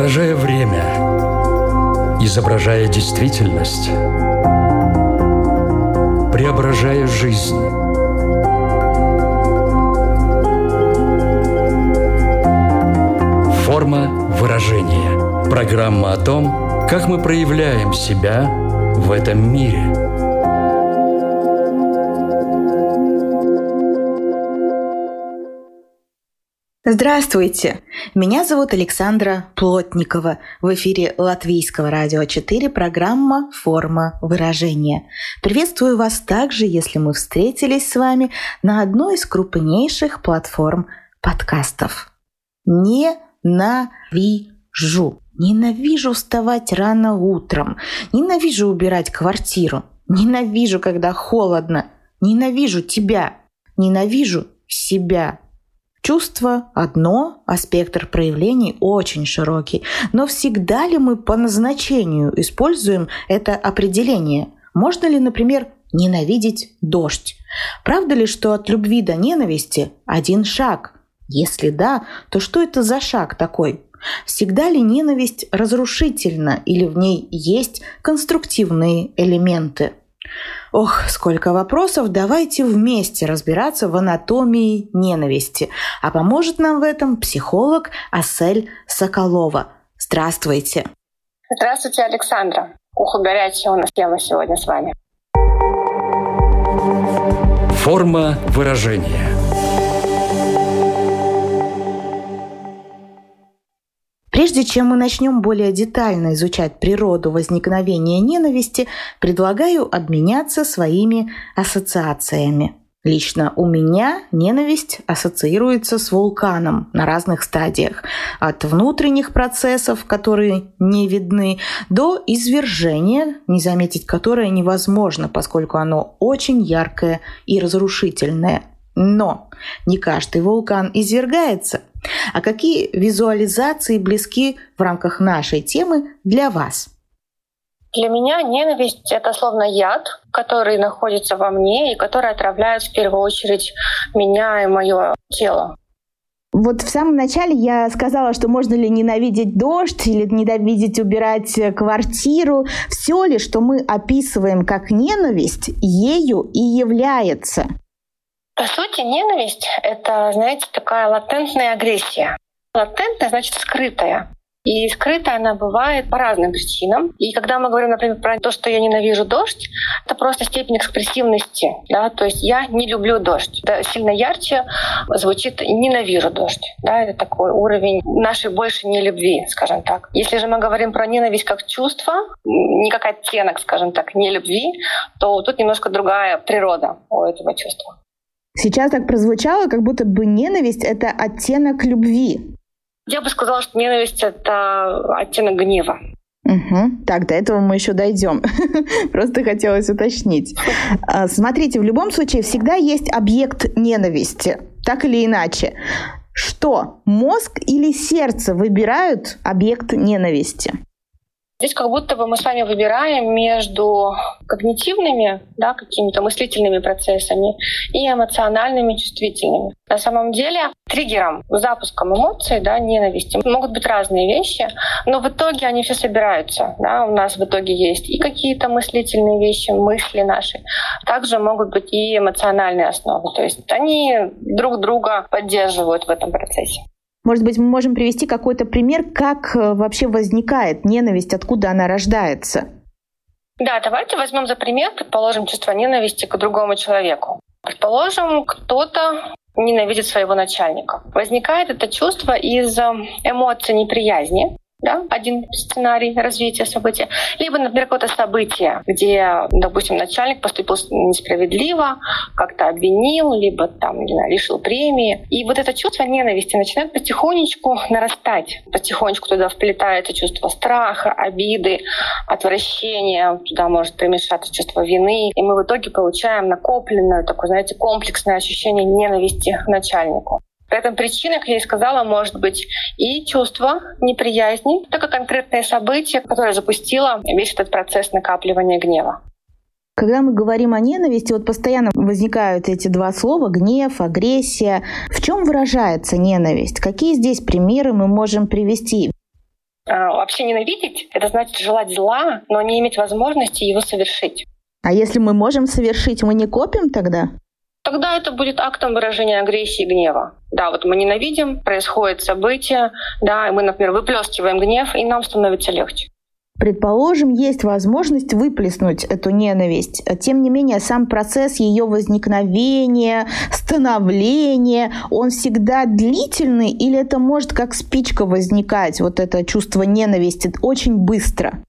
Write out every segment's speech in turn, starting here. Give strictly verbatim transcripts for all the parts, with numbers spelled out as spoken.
Отражая время, изображая действительность, преображая жизнь. Форма выражения. Программа о том, как мы проявляем себя в этом мире. Здравствуйте! Меня зовут Александра Плотникова. В эфире Латвийского радио четыре программа «Форма выражения». Приветствую вас также, если мы встретились с вами на одной из крупнейших платформ подкастов. Ненавижу. Ненавижу вставать рано утром. Ненавижу убирать квартиру. Ненавижу, когда холодно. Ненавижу тебя. Ненавижу себя. Чувство одно, а спектр проявлений очень широкий. Но всегда ли мы по назначению используем это определение? Можно ли, например, ненавидеть дождь? Правда ли, что от любви до ненависти один шаг? Если да, то что это за шаг такой? Всегда ли ненависть разрушительна или в ней есть конструктивные элементы? Ох, сколько вопросов, давайте вместе разбираться в анатомии ненависти. А поможет нам в этом психолог Асель Соколова. Здравствуйте. Здравствуйте, Александра. Ухо горячее у нас тема сегодня с вами. Форма выражения. Прежде чем мы начнем более детально изучать природу возникновения ненависти, предлагаю обменяться своими ассоциациями. Лично у меня ненависть ассоциируется с вулканом на разных стадиях. От внутренних процессов, которые не видны, до извержения, не заметить которое невозможно, поскольку оно очень яркое и разрушительное. Но не каждый вулкан извергается. А какие визуализации близки в рамках нашей темы для вас? Для меня ненависть — это словно яд, который находится во мне и который отравляет в первую очередь меня и мое тело. Вот в самом начале я сказала, что можно ли ненавидеть дождь или ненавидеть убирать квартиру. Все ли, что мы описываем как ненависть, ею и является. По сути, ненависть — это, знаете, такая латентная агрессия. Латентная значит скрытая. И скрытая она бывает по разным причинам. И когда мы говорим, например, про то, что я ненавижу дождь, это просто степень экспрессивности. Да? То есть я не люблю дождь. Это сильно ярче звучит «ненавижу дождь». Да? Это такой уровень нашей больше нелюбви, скажем так. Если же мы говорим про ненависть как чувство, не как оттенок, скажем так, нелюбви, то тут немножко другая природа у этого чувства. Сейчас так прозвучало, как будто бы ненависть — это оттенок любви. Я бы сказала, что ненависть — это оттенок гнева. Угу. Так, до этого мы еще дойдем. Просто хотелось уточнить. Смотрите, в любом случае всегда есть объект ненависти, так или иначе. Что, мозг или сердце выбирают объект ненависти? Здесь как будто бы мы с вами выбираем между когнитивными, да, какими-то мыслительными процессами и эмоциональными, чувствительными. На самом деле триггером, запуском эмоций, да, ненависти могут быть разные вещи, но в итоге они все собираются. Да. У нас в итоге есть и какие-то мыслительные вещи, мысли наши. Также могут быть и эмоциональные основы. То есть они друг друга поддерживают в этом процессе. Может быть, мы можем привести какой-то пример, как вообще возникает ненависть, откуда она рождается? Да, давайте возьмем за пример, предположим, чувство ненависти к другому человеку. Предположим, кто-то ненавидит своего начальника. Возникает это чувство из эмоций неприязни. Да, один сценарий развития события. Либо, например, какое-то событие, где, допустим, начальник поступил несправедливо, как-то обвинил, либо там, не знаю, лишил премии. И вот это чувство ненависти начинает потихонечку нарастать. Потихонечку туда вплетается чувство страха, обиды, отвращения. Туда может примешаться чувство вины. И мы в итоге получаем накопленное, такое, знаете, комплексное ощущение ненависти к начальнику. При этом причиной, как я и сказала, может быть и чувство неприязни, так и конкретное событие, которое запустило весь этот процесс накапливания гнева. Когда мы говорим о ненависти, вот постоянно возникают эти два слова — гнев, агрессия. В чем выражается ненависть? Какие здесь примеры мы можем привести? Вообще ненавидеть — это значит желать зла, но не иметь возможности его совершить. А если мы можем совершить, мы не копим тогда? Тогда это будет актом выражения агрессии и гнева. Да, вот мы ненавидим, происходит событие, да, и мы, например, выплескиваем гнев, и нам становится легче. Предположим, есть возможность выплеснуть эту ненависть. Тем не менее, сам процесс ее возникновения, становления, он всегда длительный, или это может как спичка возникать, вот это чувство ненависти, очень быстро?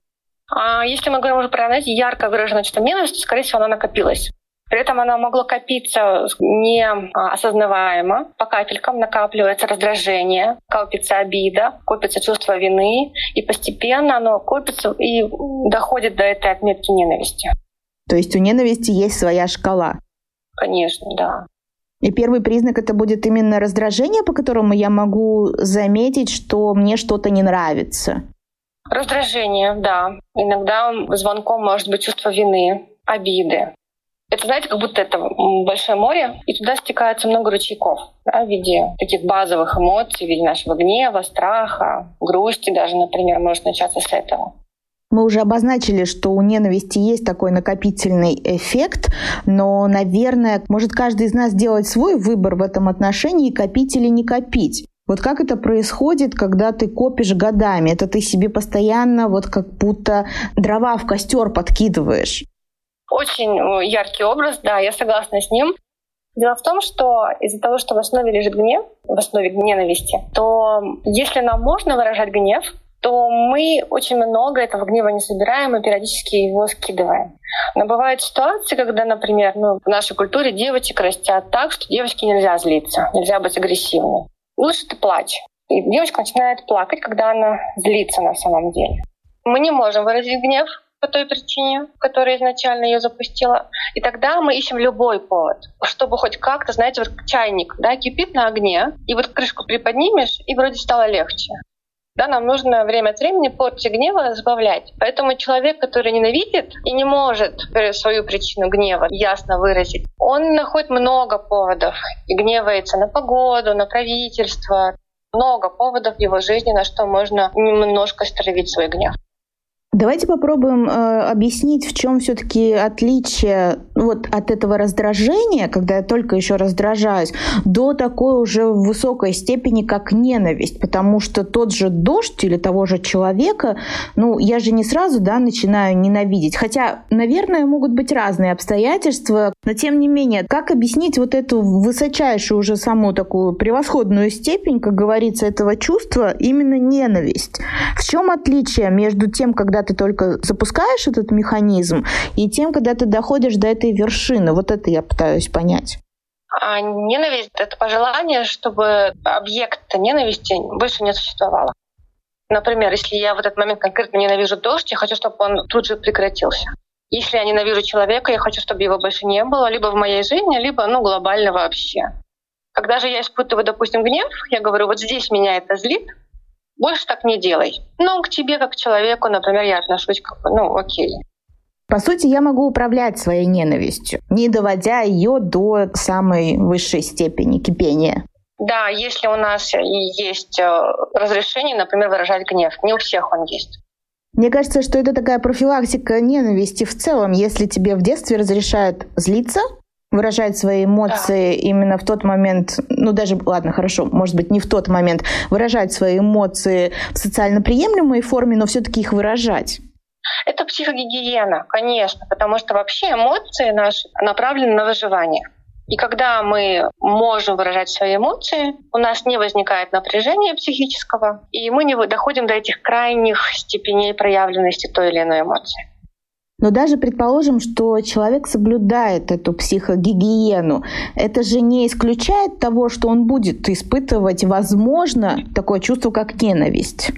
А если мы говорим уже про, знаете, ярко выраженное чувство ненависти, скорее всего, оно накопилось. При этом оно могло копиться неосознаваемо, по капелькам накапливается раздражение, копится обида, копится чувство вины, и постепенно оно копится и доходит до этой отметки ненависти. То есть у ненависти есть своя шкала? Конечно, да. И первый признак — это будет именно раздражение, по которому я могу заметить, что мне что-то не нравится? Раздражение, да. Иногда звонком может быть чувство вины, обиды. Это, знаете, как будто это большое море, и туда стекается много ручейков, да, в виде таких базовых эмоций, в виде нашего гнева, страха, грусти даже, например, может начаться с этого. Мы уже обозначили, что у ненависти есть такой накопительный эффект, но, наверное, может каждый из нас делать свой выбор в этом отношении, копить или не копить. Вот как это происходит, когда ты копишь годами? Это ты себе постоянно вот как будто дрова в костер подкидываешь. Очень яркий образ, да, я согласна с ним. Дело в том, что из-за того, что в основе лежит гнев, в основе ненависти, то если нам можно выражать гнев, то мы очень много этого гнева не собираем и периодически его скидываем. Но бывают ситуации, когда, например, ну, в нашей культуре девочек растят так, что девочке нельзя злиться, нельзя быть агрессивной. Лучше ты плачь. И девочка начинает плакать, когда она злится на самом деле. Мы не можем выразить гнев по той причине, которая изначально ее запустила. И тогда мы ищем любой повод, чтобы хоть как-то, знаете, вот чайник, да, кипит на огне, и вот крышку приподнимешь, и вроде стало легче. Да, нам нужно время от времени порции гнева сбавлять. Поэтому человек, который ненавидит и не может свою причину гнева ясно выразить, он находит много поводов и гневается на погоду, на правительство. Много поводов в его жизни, на что можно немножко стравить свой гнев. Давайте попробуем э, объяснить, в чем все-таки отличие вот от этого раздражения, когда я только еще раздражаюсь, до такой уже высокой степени, как ненависть. Потому что тот же дождь или того же человека, ну, я же не сразу, да, начинаю ненавидеть. Хотя, наверное, могут быть разные обстоятельства, но тем не менее, как объяснить вот эту высочайшую уже саму такую превосходную степень, как говорится, этого чувства, именно ненависть? В чем отличие между тем, когда ты только запускаешь этот механизм, и тем, когда ты доходишь до этой вершины? Вот это я пытаюсь понять. А ненависть — это пожелание, чтобы объект ненависти больше не существовало. Например, если я в этот момент конкретно ненавижу дождь, я хочу, чтобы он тут же прекратился. Если я ненавижу человека, я хочу, чтобы его больше не было либо в моей жизни, либо ну, глобально вообще. Когда же я испытываю, допустим, гнев, я говорю, вот здесь меня это злит, больше так не делай. Но к тебе, как к человеку, например, я отношусь как бы, ну, окей. По сути, я могу управлять своей ненавистью, не доводя ее до самой высшей степени кипения. Да, если у нас есть разрешение, например, выражать гнев. Не у всех он есть. Мне кажется, что это такая профилактика ненависти в целом. Если тебе в детстве разрешают злиться, выражать свои эмоции, да, именно в тот момент, ну даже, ладно, хорошо, может быть, не в тот момент, выражать свои эмоции в социально приемлемой форме, но все-таки их выражать. Это психогигиена, конечно, потому что вообще эмоции наши направлены на выживание. И когда мы можем выражать свои эмоции, у нас не возникает напряжения психического, и мы не доходим до этих крайних степеней проявленности той или иной эмоции. Но даже предположим, что человек соблюдает эту психогигиену, это же не исключает того, что он будет испытывать, возможно, такое чувство, как ненависть.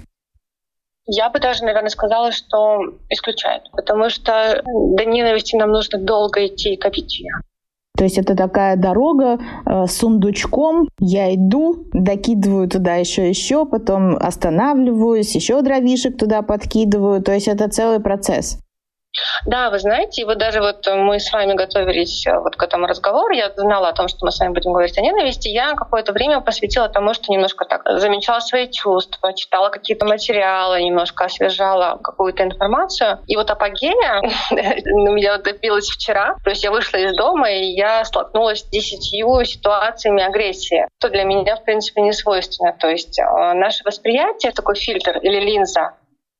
Я бы даже, наверное, сказала, что исключает, потому что до ненависти нам нужно долго идти и копить ее. То есть это такая дорога э, с сундучком, я иду, докидываю туда еще еще, потом останавливаюсь, еще дровишек туда подкидываю, то есть это целый процесс. Да, вы знаете, вот даже вот мы с вами готовились вот к этому разговору, я знала о том, что мы с вами будем говорить о ненависти, я какое-то время посвятила тому, что немножко так замечала свои чувства, читала какие-то материалы, немножко освежала какую-то информацию. И вот апогея меня добилась вчера, то есть я вышла из дома, и я столкнулась с десятью ситуациями агрессии, что для меня, в принципе, не свойственно. То есть наше восприятие — такой фильтр или линза,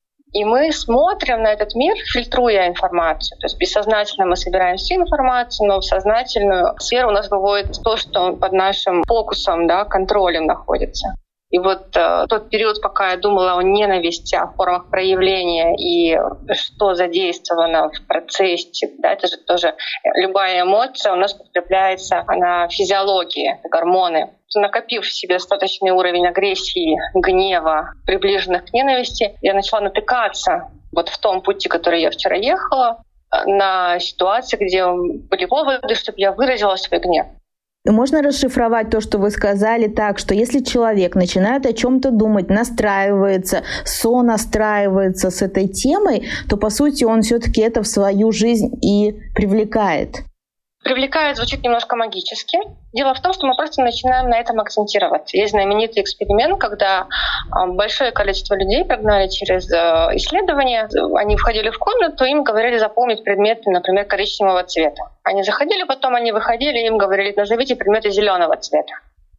и мы смотрим на этот мир, фильтруя информацию. То есть бессознательно мы собираем всю информацию, но в сознательную сферу у нас выводит то, что под нашим фокусом, да, контролем находится. И вот э, тот период, пока я думала о ненависти, о формах проявления и что задействовано в процессе, да, это же тоже любая эмоция у нас подкрепляется на физиологии, гормоны. Накопив в себе достаточный уровень агрессии, гнева, приближенных к ненависти, я начала натыкаться вот в том пути, который я вчера ехала, на ситуации, где были поводы, чтобы я выразила свой гнев. Можно расшифровать то, что вы сказали, так, что если человек начинает о чем-то думать, настраивается, сонастраивается с этой темой, то, по сути, он все-таки это в свою жизнь и привлекает. Привлекает звучит немножко магически. Дело в том, что мы просто начинаем на этом акцентировать. Есть знаменитый эксперимент, когда большое количество людей прогнали через исследования. Они входили в комнату, им говорили запомнить предметы, например, коричневого цвета. Они заходили, потом они выходили, им говорили, назовите предметы зеленого цвета.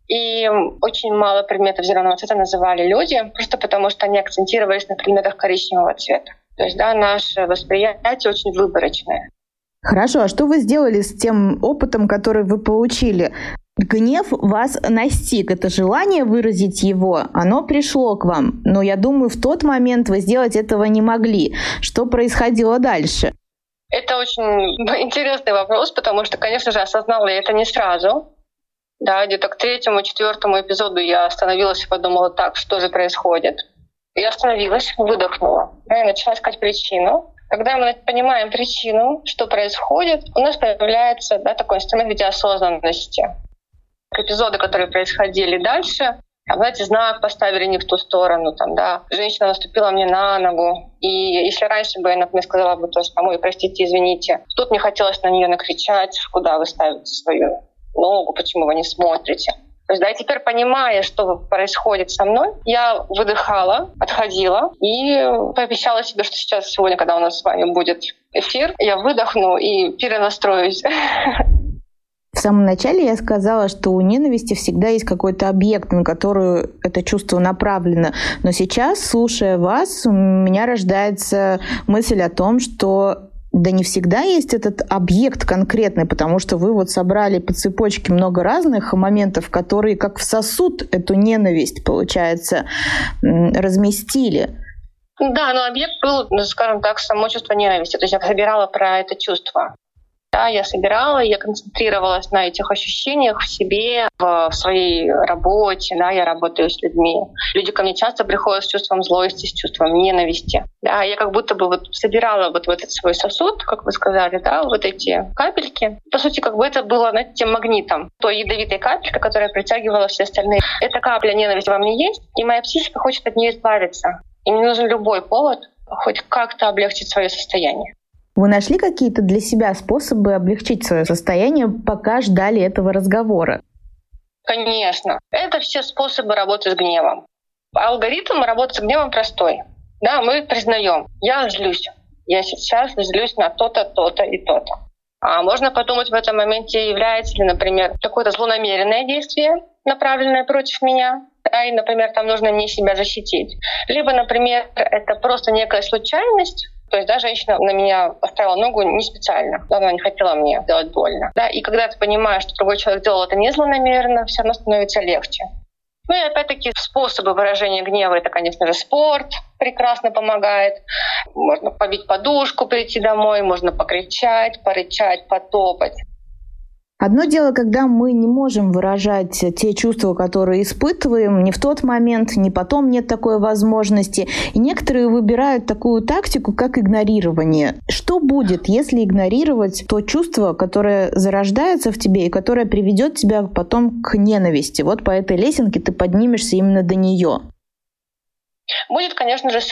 И очень мало предметов зеленого цвета называли люди, просто потому что они акцентировались на предметах коричневого цвета. То есть, да, наше восприятие очень выборочное. Хорошо, а что вы сделали с тем опытом, который вы получили? Гнев вас настиг, это желание выразить его, оно пришло к вам. Но я думаю, в тот момент вы сделать этого не могли. Что происходило дальше? Это очень интересный вопрос, потому что, конечно же, осознала я это не сразу. Да, где-то к третьему, четвертому эпизоду я остановилась и подумала, так, что же происходит? Я остановилась, выдохнула, да, и начала искать причину. Когда мы понимаем причину, что происходит, у нас появляется, да, такой инструмент в виде осознанности. Эпизоды, которые происходили дальше, там, знаете, знак поставили не в ту сторону, там, да, женщина наступила мне на ногу, и если раньше бы я, например, сказала бы то, что «ой, простите, извините», тут мне хотелось на нее накричать, куда вы ставите свою ногу, почему вы не смотрите. То есть, да, и теперь, понимая, что происходит со мной, я выдыхала, отходила и пообещала себе, что сейчас, сегодня, когда у нас с вами будет эфир, я выдохну и перенастроюсь. В самом начале я сказала, что у ненависти всегда есть какой-то объект, на который это чувство направлено. Но сейчас, слушая вас, у меня рождается мысль о том, что да не всегда есть этот объект конкретный, потому что вы вот собрали по цепочке много разных моментов, которые как в сосуд эту ненависть, получается, разместили. Да, но объект был, скажем так, само чувство ненависти. То есть я собирала про это чувство. Да, я собирала, я концентрировалась на этих ощущениях в себе, в своей работе. Да, я работаю с людьми. Люди ко мне часто приходят с чувством злости, с чувством ненависти. Да, я как будто бы вот собирала вот в этот свой сосуд, как вы сказали, да, вот эти капельки. По сути, как бы это было, знаете, тем магнитом, той ядовитой капелькой, которая притягивала все остальные. Эта капля ненависти во мне есть, и моя психика хочет от нее избавиться. И мне нужен любой повод хоть как-то облегчить свое состояние. Вы нашли какие-то для себя способы облегчить свое состояние, пока ждали этого разговора? Конечно. Это все способы работы с гневом. Алгоритм работы с гневом простой. Да, мы признаем, я злюсь. Я сейчас злюсь на то-то, то-то и то-то. А можно подумать в этом моменте, является ли, например, какое-то злонамеренное действие, направленное против меня, да, и, например, там нужно мне себя защитить. Либо, например, это просто некая случайность. То есть, да, женщина на меня поставила ногу не специально, она не хотела мне делать больно. Да, и когда ты понимаешь, что другой человек делал это не злонамеренно, все равно становится легче. Ну и опять-таки способы выражения гнева — это, конечно же, спорт прекрасно помогает. Можно побить подушку, прийти домой, можно покричать, порычать, потопать. Одно дело, когда мы не можем выражать те чувства, которые испытываем, не в тот момент, не потом нет такой возможности. И некоторые выбирают такую тактику, как игнорирование. Что будет, если игнорировать то чувство, которое зарождается в тебе и которое приведет тебя потом к ненависти? Вот по этой лесенке ты поднимешься именно до нее. Будет, конечно же, срыв.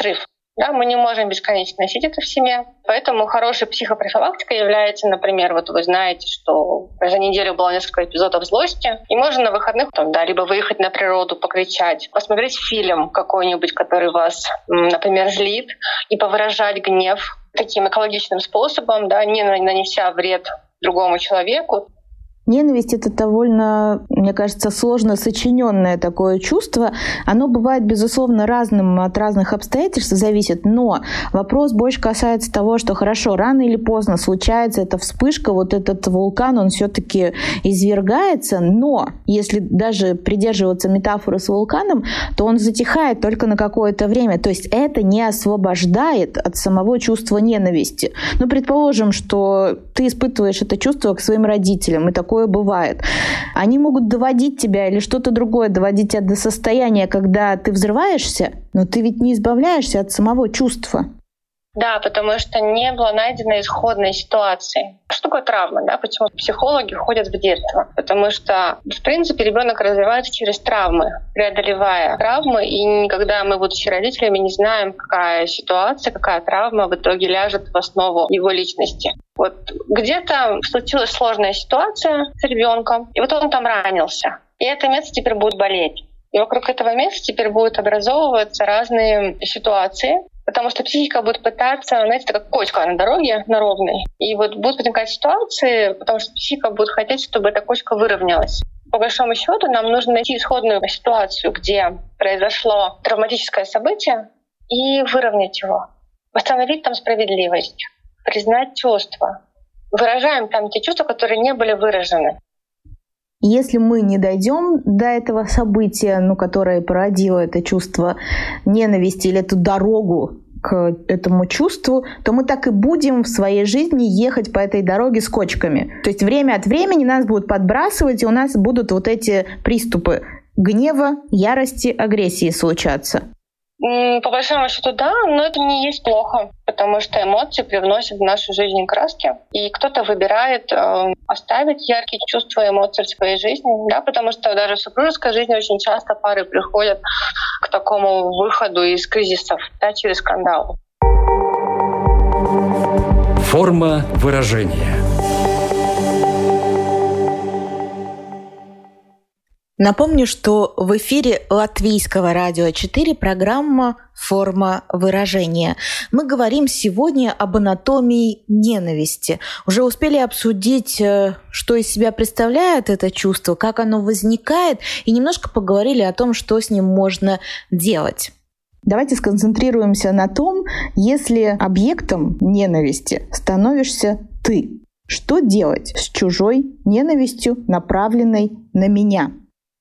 Да, мы не можем бесконечно носить это в себе. Поэтому хорошей психопрофилактикой является, например, вот вы знаете, что за неделю было несколько эпизодов злости, и можно на выходных там, да, либо выехать на природу, покричать, посмотреть фильм какой-нибудь, который вас, например, злит, и повыражать гнев таким экологичным способом, да, не нанеся вред другому человеку. Ненависть — это довольно, мне кажется, сложно сочиненное такое чувство. Оно бывает, безусловно, разным от разных обстоятельств зависит, но вопрос больше касается того, что хорошо, рано или поздно случается эта вспышка, вот этот вулкан, он все-таки извергается, но если даже придерживаться метафоры с вулканом, то он затихает только на какое-то время. То есть это не освобождает от самого чувства ненависти. Ну, предположим, что ты испытываешь это чувство к своим родителям, и такое бывает. Они могут доводить тебя или что-то другое, доводить тебя до состояния, когда ты взрываешься, но ты ведь не избавляешься от самого чувства. Да, потому что не было найдено исходной ситуации. Что такое травма? Да? Почему психологи ходят в детство? Потому что, в принципе, ребенок развивается через травмы, преодолевая травмы, и никогда мы, будучи родителями, не знаем, какая ситуация, какая травма в итоге ляжет в основу его личности. Вот где-то случилась сложная ситуация с ребенком, и вот он там ранился. И это место теперь будет болеть. И вокруг этого места теперь будут образовываться разные ситуации, потому что психика будет пытаться, знаете, это как кочка на дороге, на ровной. И вот будут возникать ситуации, потому что психика будет хотеть, чтобы эта кочка выровнялась. По большому счету нам нужно найти исходную ситуацию, где произошло травматическое событие, и выровнять его. Восстановить там справедливость, признать чувства. Выражаем там те чувства, которые не были выражены. Если мы не дойдем до этого события, ну, которое породило это чувство ненависти или эту дорогу к этому чувству, то мы так и будем в своей жизни ехать по этой дороге с кочками. То есть время от времени нас будут подбрасывать, и у нас будут вот эти приступы гнева, ярости, агрессии случаться. По большому счету, да, но это не есть плохо, потому что эмоции привносят в нашу жизнь краски, и кто-то выбирает э, оставить яркие чувства и эмоции в своей жизни, да, потому что даже в супружеской жизни очень часто пары приходят к такому выходу из кризисов, да, через скандал. Форма выражения. Напомню, что в эфире Латвийского радио четыре программа «Форма выражения». Мы говорим сегодня об анатомии ненависти. Уже успели обсудить, что из себя представляет это чувство, как оно возникает, и немножко поговорили о том, что с ним можно делать. Давайте сконцентрируемся на том, если объектом ненависти становишься ты. Что делать с чужой ненавистью, направленной на меня?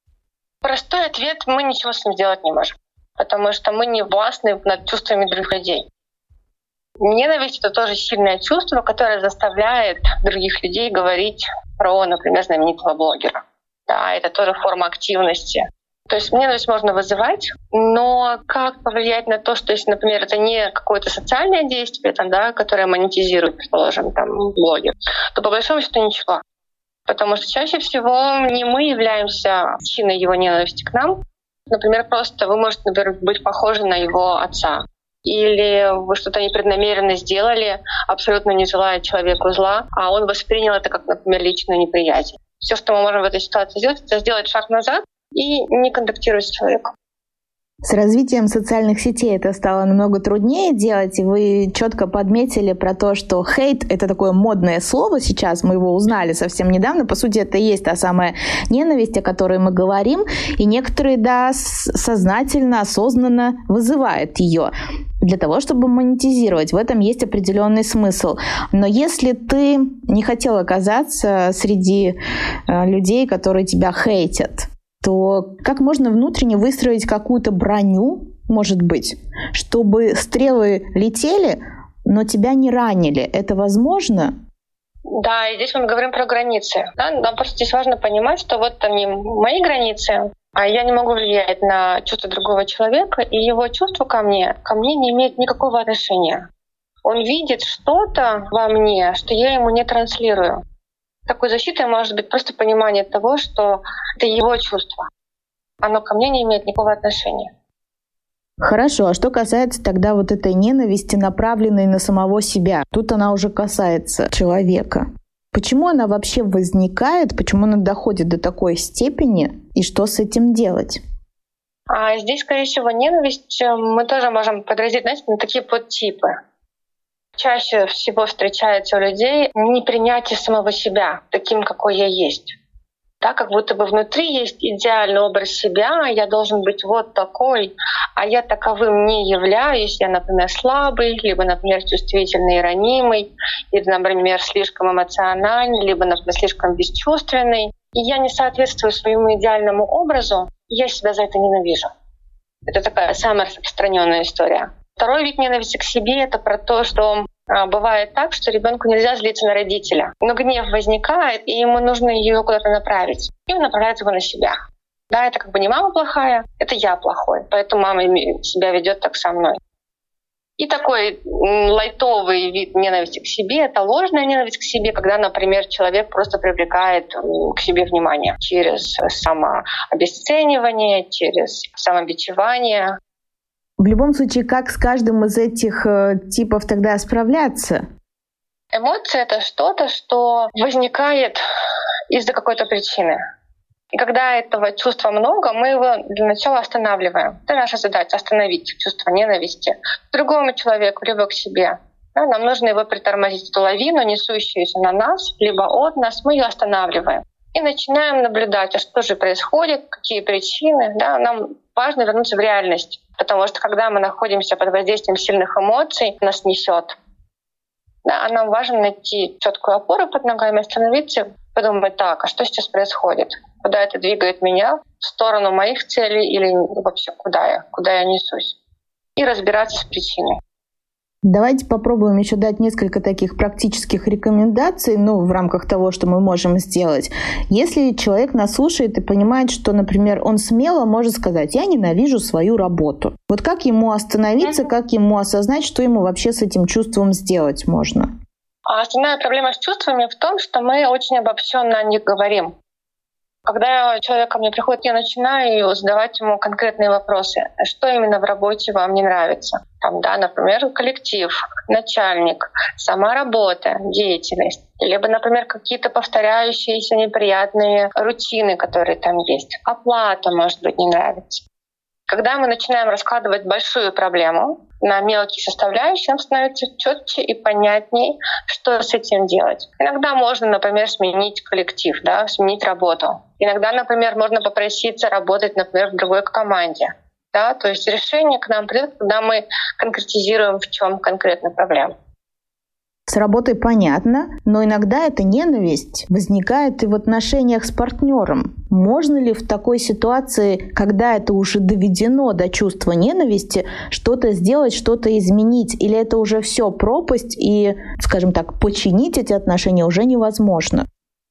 Простой ответ — мы ничего с ним сделать не можем, потому что мы не властны над чувствами других людей. Ненависть — это тоже сильное чувство, которое заставляет других людей говорить про, например, знаменитого блогера. Да, это тоже форма активности. То есть ненависть можно вызывать, но как повлиять на то, что если, например, это не какое-то социальное действие, там, да, которое монетизирует, предположим, там, блогер, то по большому счету ничего. Потому что чаще всего не мы являемся причиной его ненависти к нам. Например, просто вы можете, например, быть похожи на его отца. Или вы что-то непреднамеренно сделали, абсолютно не желая человеку зла, а он воспринял это как, например, личную неприязнь. Все, что мы можем в этой ситуации сделать, это сделать шаг назад и не контактировать с человеком. С развитием социальных сетей это стало намного труднее делать, и вы четко подметили про то, что хейт — это такое модное слово сейчас, мы его узнали совсем недавно, по сути, это и есть та самая ненависть, о которой мы говорим, и некоторые, да, сознательно, осознанно вызывают ее для того, чтобы монетизировать. В этом есть определенный смысл. Но если ты не хотел оказаться среди э, людей, которые тебя хейтят, то как можно внутренне выстроить какую-то броню, может быть, чтобы стрелы летели, но тебя не ранили? Это возможно? Да, и здесь мы говорим про границы. Да? Нам просто здесь важно понимать, что вот они мои границы, а я не могу влиять на чувства другого человека, и его чувство ко мне, ко мне не имеет никакого отношения. Он видит что-то во мне, что я ему не транслирую. Такой защитой может быть просто понимание того, что это его чувство. Оно ко мне не имеет никакого отношения. Хорошо, а что касается тогда вот этой ненависти, направленной на самого себя? Тут она уже касается человека. Почему она вообще возникает, почему она доходит до такой степени, и что с этим делать? А здесь, скорее всего, ненависть мы тоже можем подразделить, знаете, на такие подтипы. Чаще всего встречается у людей непринятие самого себя таким, какой я есть. Да, как будто бы внутри есть идеальный образ себя, я должен быть вот такой, а я таковым не являюсь. Я, например, слабый, либо, например, чувствительный и ранимый, или, например, слишком эмоциональный, либо, например, слишком бесчувственный. И я не соответствую своему идеальному образу, и я себя за это ненавижу. Это такая самая распространенная история. Второй вид ненависти к себе — это про то, что бывает так, что ребенку нельзя злиться на родителя. Но гнев возникает, и ему нужно ее куда-то направить. И он направляет его на себя. Да, это как бы не мама плохая, это я плохой. Поэтому мама себя ведет так со мной. И такой лайтовый вид ненависти к себе — это ложная ненависть к себе, когда, например, человек просто привлекает к себе внимание через самообесценивание, через самобичевание. В любом случае, как с каждым из этих э, типов тогда справляться? Эмоция — это что-то, что возникает из-за какой-то причины. И когда этого чувства много, мы его для начала останавливаем. Это наша задача — остановить чувство ненависти к другому человеку, либо к себе. Да, нам нужно его притормозить, эту лавину, несущуюся на нас, либо от нас, мы ее останавливаем. И начинаем наблюдать, а что же происходит, какие причины. Да, нам важно вернуться в реальность. Потому что когда мы находимся под воздействием сильных эмоций, нас несет. Да, а нам важно найти четкую опору под ногами, остановиться, подумать: так, а что сейчас происходит? Куда это двигает меня? В сторону моих целей или вообще куда я? Куда я несусь? И разбираться с причиной. Давайте попробуем еще дать несколько таких практических рекомендаций, ну, в рамках того, что мы можем сделать. Если человек нас слушает и понимает, что, например, он смело может сказать: я ненавижу свою работу. Вот как ему остановиться, как ему осознать, что ему вообще с этим чувством сделать можно? А основная проблема с чувствами в том, что мы очень обобщенно о них говорим. Когда человек ко мне приходит, я начинаю задавать ему конкретные вопросы. Что именно в работе вам не нравится? Там, да, например, коллектив, начальник, сама работа, деятельность. Либо, например, какие-то повторяющиеся неприятные рутины, которые там есть. Оплата, может быть, не нравится. Когда мы начинаем раскладывать большую проблему на мелкие составляющие, нам становится четче и понятней, что с этим делать. Иногда можно, например, сменить коллектив, да, сменить работу. Иногда, например, можно попроситься работать, например, в другой команде. Да? То есть решение к нам придет, когда мы конкретизируем, в чем конкретно проблема. С работой понятно, но иногда эта ненависть возникает и в отношениях с партнером. Можно ли в такой ситуации, когда это уже доведено до чувства ненависти, что-то сделать, что-то изменить? Или это уже все пропасть и, скажем так, починить эти отношения уже невозможно?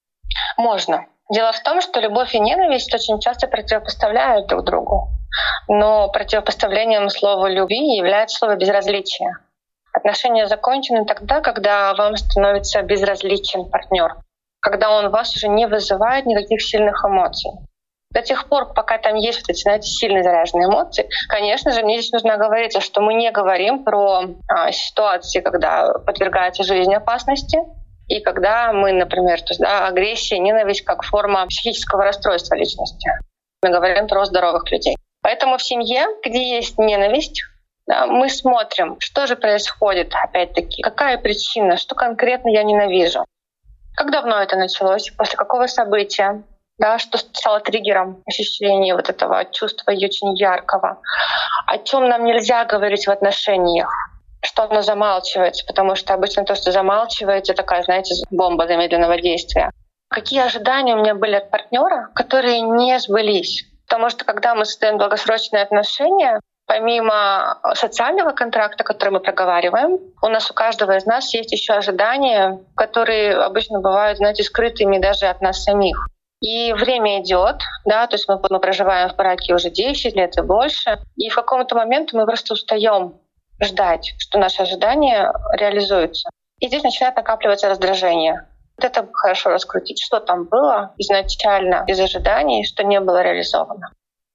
Можно. Дело в том, что любовь и ненависть очень часто противопоставляют друг другу. Но противопоставлением слова «любви» является слово «безразличие». Отношения закончены тогда, когда вам становится безразличен партнер, когда он вас уже не вызывает никаких сильных эмоций. До тех пор, пока там есть вот эти, знаете, сильно заряженные эмоции, конечно же, мне здесь нужно оговориться, что мы не говорим про а, ситуации, когда подвергается жизнь опасности, и когда мы, например, то есть, да, агрессия, ненависть как форма психического расстройства личности. Мы говорим про здоровых людей. Поэтому в семье, где есть ненависть, да, мы смотрим, что же происходит, опять-таки, какая причина, что конкретно я ненавижу. Как давно это началось, после какого события, да, что стало триггером ощущения вот этого чувства очень яркого, о чем нам нельзя говорить в отношениях, что оно замалчивается, потому что обычно то, что замалчивается, такая, знаете, бомба замедленного действия. Какие ожидания у меня были от партнера, которые не сбылись? Потому что когда мы создаем долгосрочные отношения, помимо социального контракта, который мы проговариваем, у нас у каждого из нас есть еще ожидания, которые обычно бывают, знаете, скрытыми даже от нас самих. И время идет, да, то есть мы, мы проживаем в браке уже десять лет и больше, и в каком-то момент мы просто устаем ждать, что наши ожидания реализуются. И здесь начинает накапливаться раздражение. Вот это хорошо раскрутить, что там было изначально из ожиданий, что не было реализовано.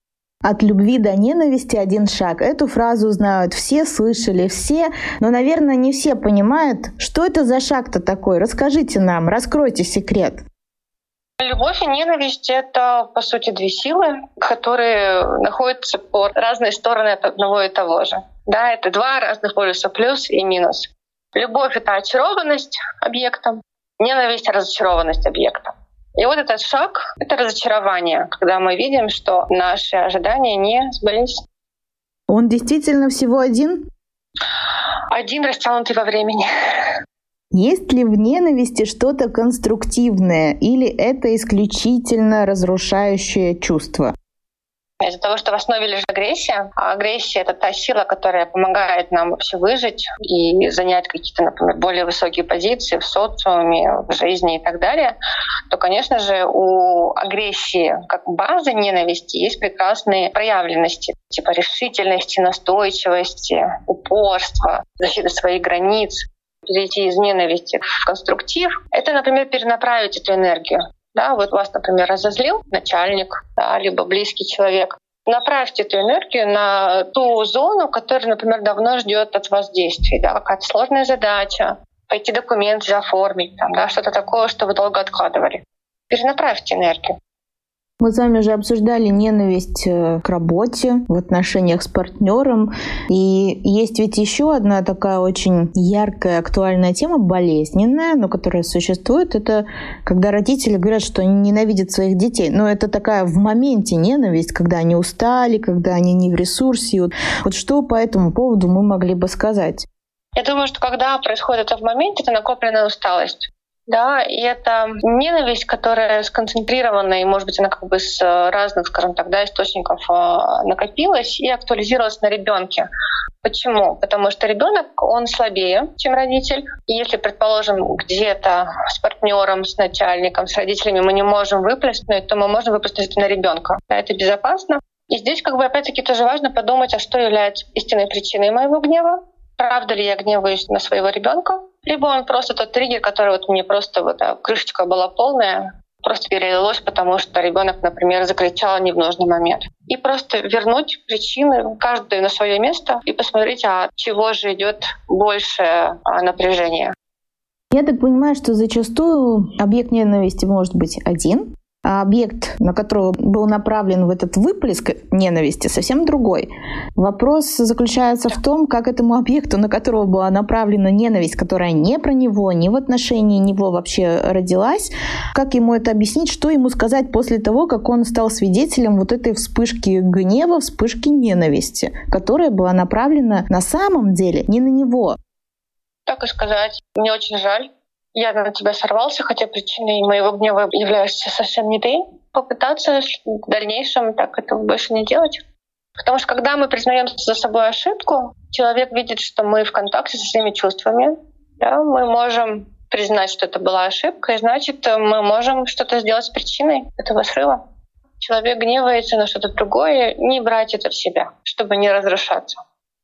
От любви до ненависти один шаг. Эту фразу знают все, слышали все, но, наверное, не все понимают, что это за шаг-то такой. Расскажите нам, раскройте секрет. Любовь и ненависть — это, по сути, две силы, которые находятся по разные стороны от одного и того же. Да, это два разных полюса, плюс и минус. Любовь — это очарованность объектом, ненависть — разочарованность объектом. И вот этот шаг — это разочарование, когда мы видим, что наши ожидания не сбылись. Он действительно всего один? Один, растянутый во времени. Есть ли в ненависти что-то конструктивное, или это исключительно разрушающее чувство? Из-за того, что в основе лежит агрессия, а агрессия — это та сила, которая помогает нам вообще выжить и занять какие-то, например, более высокие позиции в социуме, в жизни и так далее, то, конечно же, у агрессии как базы ненависти есть прекрасные проявленности, типа решительности, настойчивости, упорства, защиты своих границ. Перейти из ненависти в конструктив — это, например, перенаправить эту энергию. Да, вот вас, например, разозлил начальник, да, либо близкий человек. Направьте эту энергию на ту зону, которая, например, давно ждет от вас действий. Да, какая-то сложная задача, пойти документы оформить, там, да, что-то такое, что вы долго откладывали. Перенаправьте энергию. Мы с вами уже обсуждали ненависть к работе, в отношениях с партнером. И есть ведь еще одна такая очень яркая, актуальная тема, болезненная, но которая существует. Это когда родители говорят, что они ненавидят своих детей. Но это такая в моменте ненависть, когда они устали, когда они не в ресурсе. Вот, вот что по этому поводу мы могли бы сказать? Я думаю, что когда происходит это в моменте, это накопленная усталость. Да, и это ненависть, которая сконцентрирована, и, может быть, она как бы с разных, скажем так, да, источников накопилась и актуализировалась на ребенке. Почему? Потому что ребенок, он слабее, чем родитель. И если, предположим, где-то с партнером, с начальником, с родителями мы не можем выплеснуть, то мы можем выплеснуть это на ребенка. Да, это безопасно. И здесь, как бы, опять-таки, тоже важно подумать, а что является истинной причиной моего гнева. Правда ли я гневаюсь на своего ребенка? Либо он просто тот триггер, который вот мне просто вот да, крышечка была полная, просто перелилось, потому что ребенок, например, закричал не в нужный момент. И просто вернуть причины, каждую на свое место, и посмотреть, а от чего же идет большее напряжение. Я так понимаю, что зачастую объект ненависти может быть один, а объект, на которого был направлен в этот выплеск ненависти, совсем другой. Вопрос заключается в том, как этому объекту, на которого была направлена ненависть, которая не про него, не в отношении него вообще родилась, как ему это объяснить, что ему сказать после того, как он стал свидетелем вот этой вспышки гнева, вспышки ненависти, которая была направлена на самом деле не на него. Так и сказать. Мне очень жаль. Я на тебя сорвался, хотя причиной моего гнева являешься совсем не ты. Попытаться в дальнейшем так этого больше не делать. Потому что когда мы признаем за собой ошибку, человек видит, что мы в контакте со своими чувствами. Да, мы можем признать, что это была ошибка, и значит, мы можем что-то сделать с причиной этого срыва. Человек гневается на что-то другое, не брать это в себя, чтобы не разрушаться.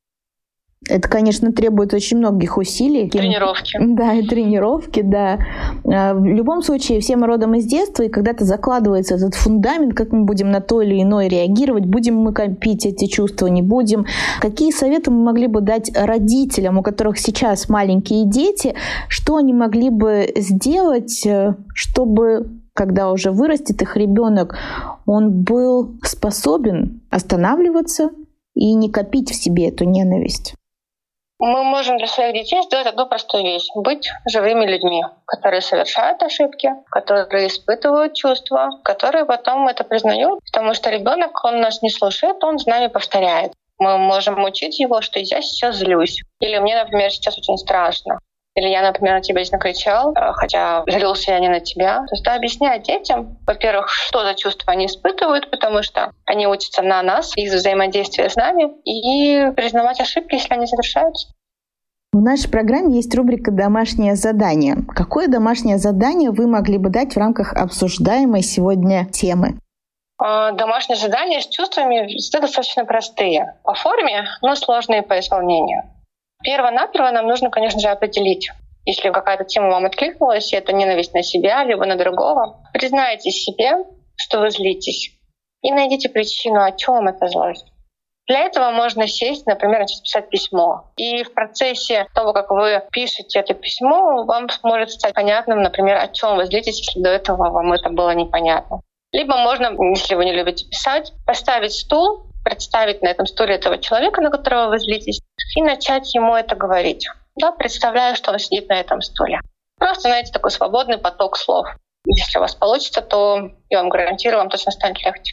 Это, конечно, требует очень многих усилий. Тренировки. Да, и тренировки, да. В любом случае, все мы родом из детства, и когда-то закладывается этот фундамент, как мы будем на то или иное реагировать, будем мы копить эти чувства, не будем. Какие советы мы могли бы дать родителям, у которых сейчас маленькие дети, что они могли бы сделать, чтобы, когда уже вырастет их ребенок, он был способен останавливаться и не копить в себе эту ненависть? Мы можем для своих детей сделать одну простую вещь — быть живыми людьми, которые совершают ошибки, которые испытывают чувства, которые потом это признают, потому что ребенок, он нас не слушает, он с нами повторяет. Мы можем учить его, что я сейчас злюсь, или мне, например, сейчас очень страшно, или я, например, на тебя здесь накричал, хотя злился я не на тебя. То есть да, объяснять детям, во-первых, что за чувства они испытывают, потому что они учатся на нас из взаимодействия с нами, и признавать ошибки, если они совершаются. В нашей программе есть рубрика «Домашнее задание». Какое домашнее задание вы могли бы дать в рамках обсуждаемой сегодня темы? Домашние задания с чувствами достаточно простые по форме, но сложные по исполнению. Перво-наперво нам нужно, конечно же, определить, если какая-то тема вам откликнулась, и это ненависть на себя, либо на другого. Признайте себе, что вы злитесь. и найдите причину, о чем эта злость. Для этого можно сесть, например, начать писать письмо. И в процессе того, как вы пишете это письмо, вам может стать понятным, например, о чем вы злитесь, если до этого вам это было непонятно. Либо можно, если вы не любите писать, поставить стул, представить на этом стуле этого человека, на которого вы злитесь, и начать ему это говорить. Да, представляю, что он сидит на этом стуле. Просто, знаете, такой свободный поток слов. Если у вас получится, то я вам гарантирую, вам точно станет легче.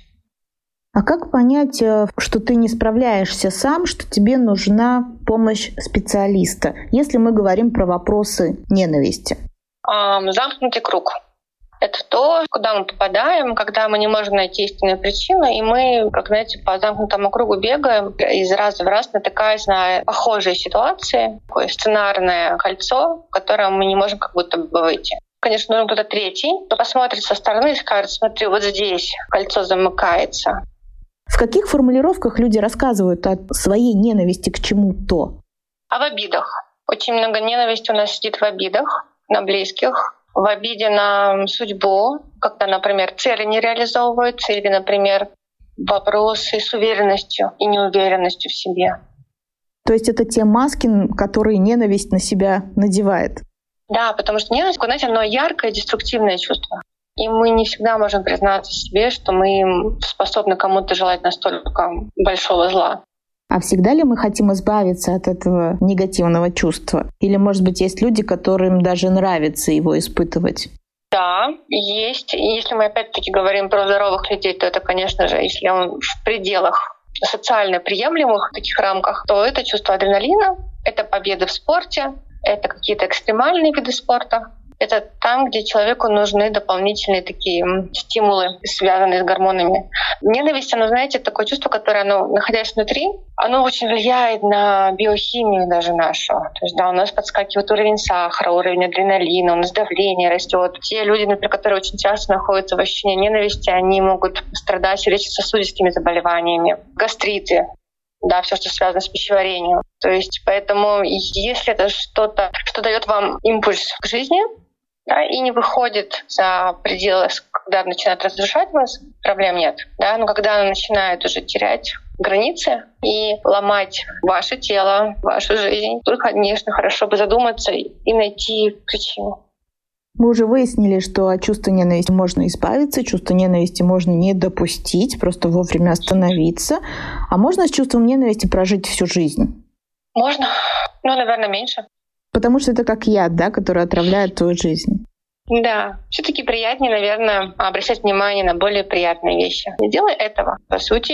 А как понять, что ты не справляешься сам, что тебе нужна помощь специалиста, если мы говорим про вопросы ненависти? Замкнутый круг. Это то, куда мы попадаем, когда мы не можем найти истинную причину, и мы, как знаете, по замкнутому кругу бегаем, из раза в раз натыкаясь на похожие ситуации, такое сценарное кольцо, в котором мы не можем как будто бы выйти. Конечно, нужен кто-то третий, кто посмотрит со стороны и скажет: смотри, вот здесь кольцо замыкается. В каких формулировках люди рассказывают о своей ненависти к чему-то? А в обидах. Очень много ненависти у нас сидит в обидах на близких, в обиде на судьбу, когда, например, цели не реализовываются, или, например, вопросы с уверенностью и неуверенностью в себе. То есть это те маски, которые ненависть на себя надевает? Да, потому что ненависть, знаете, оно яркое, деструктивное чувство. И мы не всегда можем признаться себе, что мы способны кому-то желать настолько большого зла. А всегда ли мы хотим избавиться от этого негативного чувства? Или, может быть, есть люди, которым даже нравится его испытывать? Да, есть. И если мы опять-таки говорим про здоровых людей, то это, конечно же, если он в пределах социально приемлемых таких рамках, то это чувство адреналина, это победы в спорте, это какие-то экстремальные виды спорта. Это там, где человеку нужны дополнительные такие стимулы, связанные с гормонами. Ненависть, оно, знаете, такое чувство, которое, оно, находясь внутри, оно очень влияет на биохимию даже нашу. То есть, да, у нас подскакивает уровень сахара, уровень адреналина, у нас давление растет. Те люди, например, которые очень часто находятся в ощущении ненависти, они могут страдать сердечно-сосудистыми заболеваниями, гастриты. Да, все, что связано с пищеварением. То есть, поэтому, если это что-то, что дает вам импульс к жизни, да, и не выходит за пределы, когда начинает разрушать вас, проблем нет. Да? Но когда она начинает уже терять границы и ломать ваше тело, вашу жизнь, тут, конечно, хорошо бы задуматься и найти причину. Мы уже выяснили, что от чувства ненависти можно избавиться, чувство ненависти можно не допустить, просто вовремя остановиться. А можно с чувством ненависти прожить всю жизнь? Можно, но, наверное, меньше. Потому что это как яд, да, который отравляет твою жизнь. Да, все-таки приятнее, наверное, обращать внимание на более приятные вещи. Не делай этого. По сути,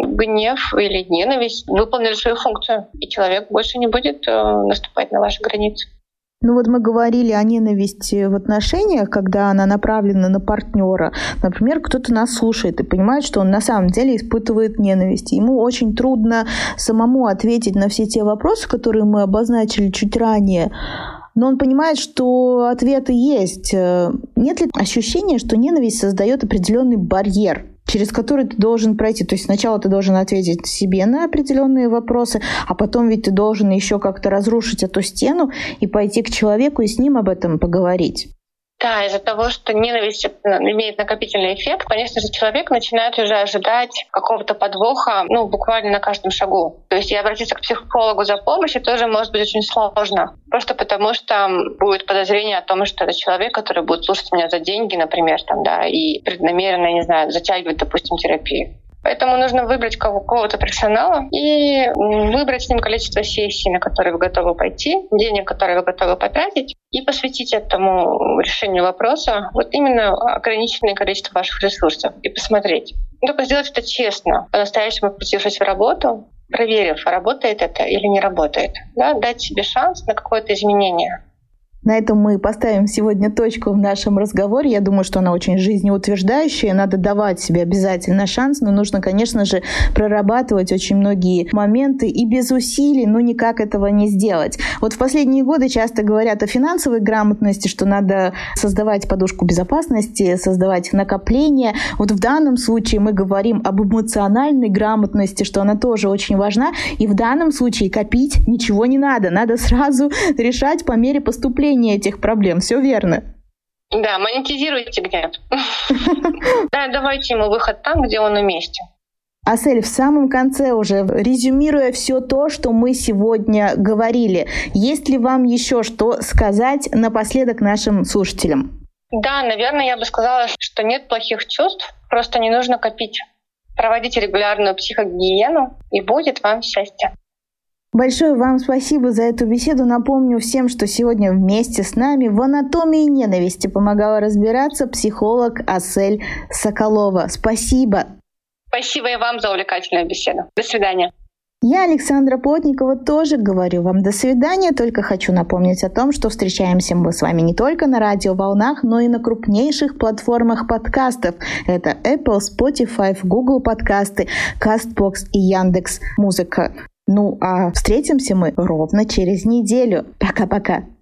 гнев или ненависть выполнили свою функцию, и человек больше не будет наступать на ваши границы. Ну вот мы говорили о ненависти в отношениях, когда она направлена на партнера. Например, кто-то нас слушает и понимает, что он на самом деле испытывает ненависть. Ему очень трудно самому ответить на все те вопросы, которые мы обозначили чуть ранее. Но он понимает, что ответы есть. Нет ли ощущения, что ненависть создает определенный барьер, через который ты должен пройти? То есть сначала ты должен ответить себе на определенные вопросы, а потом ведь ты должен еще как-то разрушить эту стену и пойти к человеку и с ним об этом поговорить. Да, из-за того, что ненависть имеет накопительный эффект, конечно же, человек начинает уже ожидать какого-то подвоха, ну, буквально на каждом шагу. То есть и обратиться к психологу за помощью тоже может быть очень сложно. Просто потому, что будет подозрение о том, что это человек, который будет слушать меня за деньги, например, там, да, и преднамеренно, не знаю, затягивать, допустим, терапию. Поэтому нужно выбрать какого-то профессионала и выбрать с ним количество сессий, на которые вы готовы пойти, денег, которые вы готовы потратить, и посвятить этому решению вопроса вот именно ограниченное количество ваших ресурсов и посмотреть. Только сделать это честно, по-настоящему включившись в работу, проверив, работает это или не работает. Да? Дать себе шанс на какое-то изменение. На этом мы поставим сегодня точку в нашем разговоре. Я думаю, что она очень жизнеутверждающая. Надо давать себе обязательно шанс, но нужно, конечно же, прорабатывать очень многие моменты и без усилий, ну, никак этого не сделать. Вот в последние годы часто говорят о финансовой грамотности, что надо создавать подушку безопасности, создавать накопления. Вот в данном случае мы говорим об эмоциональной грамотности, что она тоже очень важна. И в данном случае копить ничего не надо. Надо сразу решать по мере поступления этих проблем. Все верно? Да, монетизируйте гнев. Да, давайте ему выход там, где он уместен. Асель, в самом конце уже, резюмируя все то, что мы сегодня говорили, есть ли вам еще что сказать напоследок нашим слушателям? Да, наверное, я бы сказала, что нет плохих чувств, просто не нужно копить. Проводите регулярную психогигиену, и будет вам счастье. Большое вам спасибо за эту беседу. Напомню всем, что сегодня вместе с нами в анатомии ненависти помогала разбираться психолог Асель Соколова. Спасибо. Спасибо и вам за увлекательную беседу. До свидания. Я, Александра Плотникова, тоже говорю вам до свидания, только хочу напомнить о том, что встречаемся мы с вами не только на радиоволнах, но и на крупнейших платформах подкастов. Это Apple, Spotify, Google подкасты, Castbox и Яндекс.Музыка. Ну, а встретимся мы ровно через неделю. Пока-пока.